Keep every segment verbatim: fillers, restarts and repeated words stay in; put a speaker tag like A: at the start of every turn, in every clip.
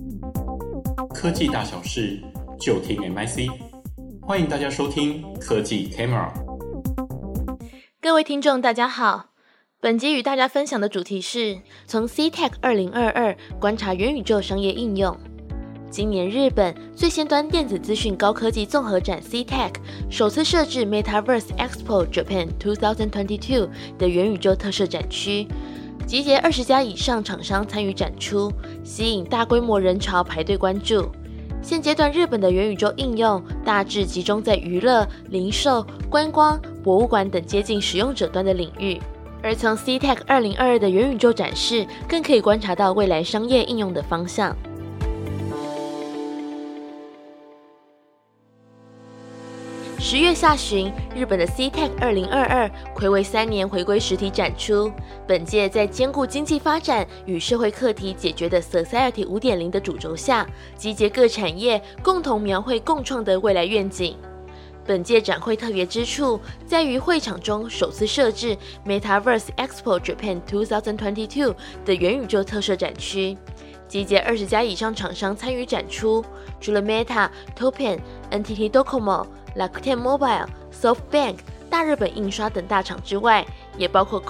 A: 科技大小事，就听 M I C。欢迎大家收听科技 Camera。
B: 各位听众，大家好。本集与大家分享的主题是从 C T E C 二零二二观察元宇宙商业应用。今年日本最先端电子资讯高科技综合展 C T E C 首次设置 Metaverse Expo Japan 二零二二的元宇宙特设展区，集结二十家以上厂商参与展出，吸引大规模人潮排队关注。现阶段日本的元宇宙应用大致集中在娱乐、零售、观光、博物馆等接近使用者端的领域，而从 C T E C 二零二二的元宇宙展示更可以观察到未来商业应用的方向。十月下旬，日本的 C T E C 二零二二睽违三年回归实体展出。本届在兼顾经济发展与社会课题解决的 Society 五点零 的主轴下，集结各产业共同描绘共创的未来愿景。本届展会特别之处在于会场中首次设置 Metaverse Expo Japan 二零二二的元宇宙特设展区，集结二十家以上厂商参与展出。除了 Meta、Topen、N T T Docomo、Rakuten Mobile、SoftBank、大日本印刷等大厂之外，也包括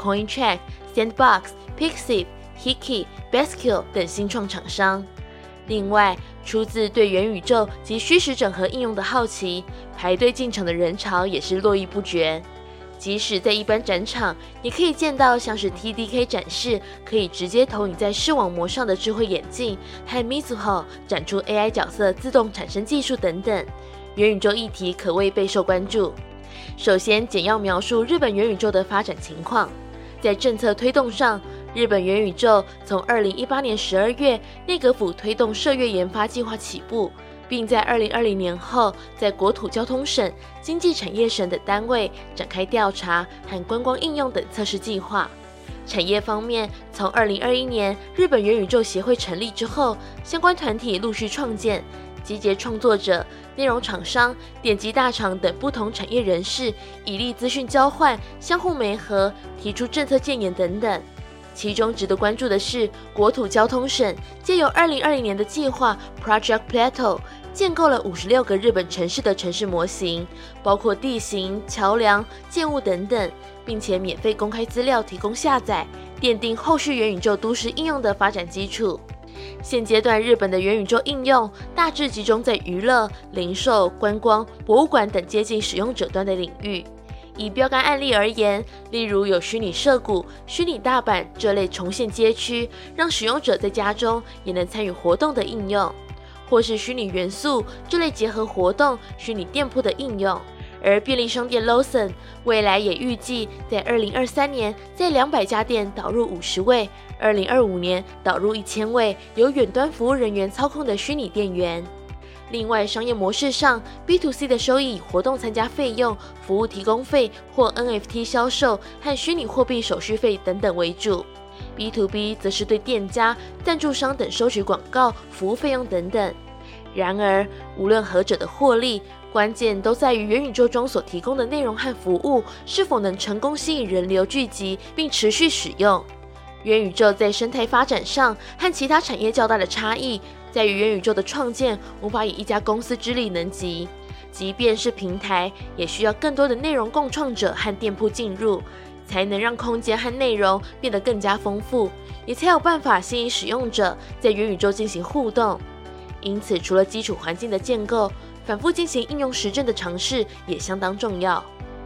B: Coincheck、Sandbox、Pixiv、Hiki、Bascule 等新创厂商。另外，出自对元宇宙及虚实整合应用的好奇，排队进场的人潮也是络绎不绝。即使在一般展场，也可以见到像是 T D K 展示可以直接投影在视网膜上的智慧眼镜，和 Mizuho 展出 A I 角色自动产生技术等等。元宇宙议题可谓备受关注。首先，简要描述日本元宇宙的发展情况。在政策推动上，日本元宇宙从二零一八年十二月内阁府推动社月研发计划起步，并在二零二零年后在国土交通省、经济产业省等单位展开调查和观光应用等测试计划。产业方面，从二零二一年日本元宇宙协会成立之后，相关团体陆续创建，集结创作者、内容厂商、典籍大厂等不同产业人士，以利资讯交换、相互媒合、提出政策建言等等。其中值得关注的是，国土交通省借由二零二零年的计划 Project Plateau 建构了五十六个日本城市的城市模型，包括地形、桥梁、建物等等，并且免费公开资料提供下载，奠定后续元宇宙都市应用的发展基础。现阶段日本的元宇宙应用大致集中在娱乐、零售、观光、博物馆等接近使用者端的领域。以标杆案例而言，例如有虚拟涉谷、虚拟大阪这类重现街区，让使用者在家中也能参与活动的应用，或是虚拟元素这类结合活动、虚拟店铺的应用。而便利商店 Lawson 未来也预计在二零二三年在两百家店导入五十位，二零二五年导入一千位由远端服务人员操控的虚拟店员。另外，商业模式上 B to C 的收益以活动参加费用、服务提供费或 N F T 销售和虚拟货币手续费等等为主， B to B 则是对店家、赞助商等收取广告、服务费用等等。然而，无论何者的获利，关键都在于元宇宙中所提供的内容和服务是否能成功吸引人流聚集并持续使用。元宇宙在生态发展上和其他产业较大的差异在于，元宇宙的创建无法以一家公司之力能及，即便是平台，也需要更多的内容共创者和店铺进入，才能让空间和内容变得更加丰富，也才有办法吸引使用者在元宇宙进行互动。因此，除了基础环境的建构，反复进行应用实证的尝试也相当重要。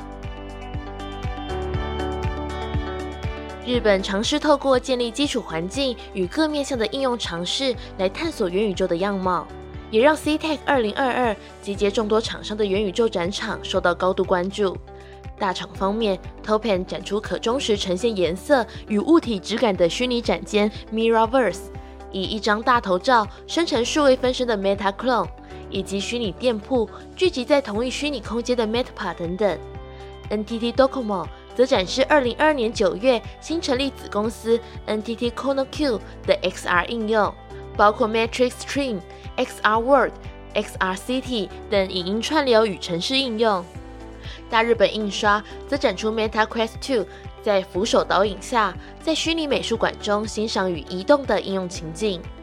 B: 日本尝试透过建立基础环境与各面向的应用尝试来探索元宇宙的样貌，也让 C T E C 二零二二集结众多厂商的元宇宙展场受到高度关注。大厂方面 ，Topen 展出可忠实呈现颜色与物体质感的虚拟展间 Mirrorverse， 以一张大头照生成数位分身的 Meta Clone， 以及虚拟店铺聚集在同一虚拟空间的 Metapa 等等。N T T Docomo 则展示二零二二年九月新成立子公司 N T T KonoQ 的 X R 应用，包括 Matrix Stream、X R World、X R City 等影音串流与程式应用。大日本印刷则展出 Meta Quest 二在扶手导引下，在虚拟美术馆中欣赏与移动的应用情境。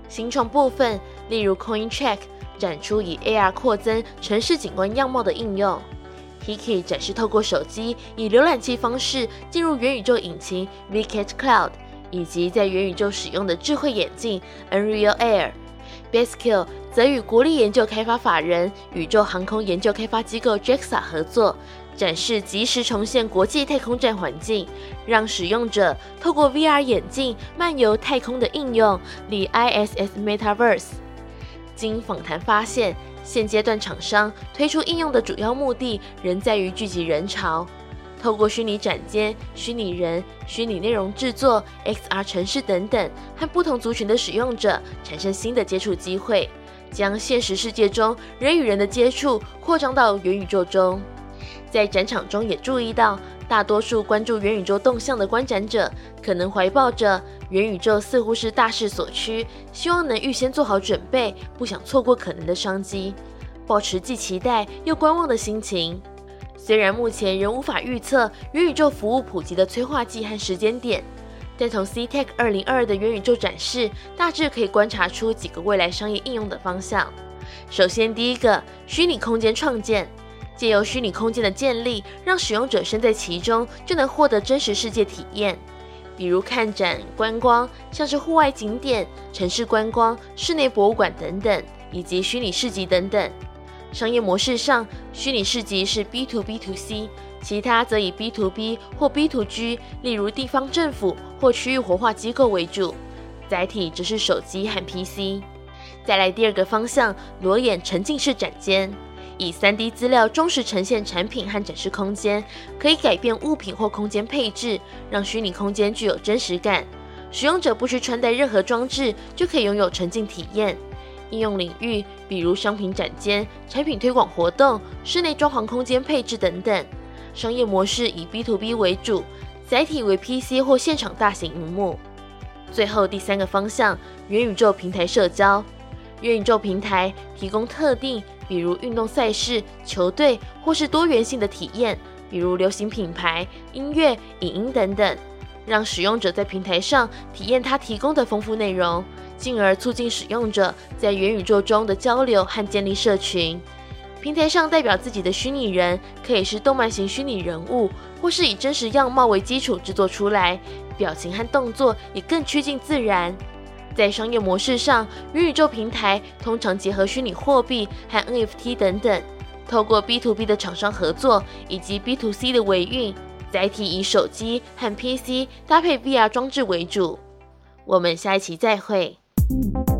B: 新创部分，例如 Coincheck 展出以 A R 扩增城市景观样貌的应用。Tiki 展示透过手机以浏览器方式进入元宇宙引擎 Vicat Cloud， 以及在元宇宙使用的智慧眼镜 Unreal Air。Basecule 则与国立研究开发法人宇宙航空研究开发机构 J A X A 合作，展示即时重现国际太空站环境，让使用者透过 V R 眼镜漫游太空的应用 The I S S Metaverse。 经访谈发现，现阶段厂商推出应用的主要目的仍在于聚集人潮，透过虚拟展间、虚拟人、虚拟内容制作、X R 城市等等，和不同族群的使用者产生新的接触机会，将现实世界中人与人的接触扩张到元宇宙中。在展场中也注意到，大多数关注元宇宙动向的观展者可能怀抱着元宇宙似乎是大势所趋，希望能预先做好准备，不想错过可能的商机，抱持既期待又观望的心情。虽然目前仍无法预测元宇宙服务普及的催化剂和时间点，但从 C Tech 二零二二的元宇宙展示，大致可以观察出几个未来商业应用的方向。首先，第一个，虚拟空间创建。借由虚拟空间的建立，让使用者身在其中就能获得真实世界体验，比如看展、观光，像是户外景点、城市观光、室内博物馆等等，以及虚拟市集等等。商业模式上，虚拟市集是 B to B to C， 其他则以 B to B 或 B to G， 例如地方政府或区域活化机构为主，载体则是手机和 P C。 再来第二个方向，裸眼沉浸式展间。以 三 D 资料忠实呈现产品和展示空间，可以改变物品或空间配置，让虚拟空间具有真实感。使用者不需穿戴任何装置，就可以拥有沉浸体验。应用领域比如商品展间、产品推广活动、室内装潢空间配置等等。商业模式以 B to B 为主，载体为 P C 或现场大型萤幕。最后第三个方向，元宇宙平台社交。元宇宙平台提供特定，比如运动赛事、球队或是多元性的体验，比如流行品牌、音乐、影音等等，让使用者在平台上体验它提供的丰富内容，进而促进使用者在元宇宙中的交流和建立社群。平台上代表自己的虚拟人可以是动漫型虚拟人物，或是以真实样貌为基础制作出来，表情和动作也更趋近自然。在商业模式上，元宇宙平台通常结合虚拟货币和 N F T 等等，透过 B to B 的厂商合作以及 B to C 的维运，载体以手机和 P C 搭配 V R 装置为主。我们下一期再会。